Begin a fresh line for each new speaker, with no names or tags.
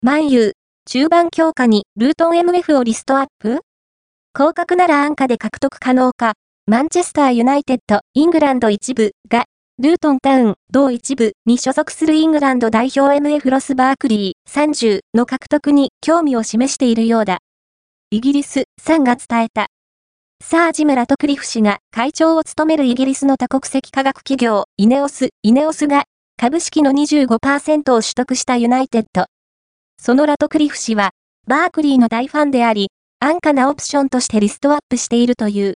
マンユー、中盤強化にルートン MF をリストアップ？降格なら安価で獲得可能か。マンチェスターユナイテッド、イングランド一部が、ルートンタウン、同一部に所属するイングランド代表 MF ロス・バークリー30の獲得に興味を示しているようだ。イギリス、サンが伝えた。サージム・ラトクリフ氏が会長を務めるイギリスの多国籍科学企業、イネオスが、株式の 25% を取得したユナイテッド。そのラトクリフ氏は、バークリーの大ファンであり、安価なオプションとしてリストアップしているという。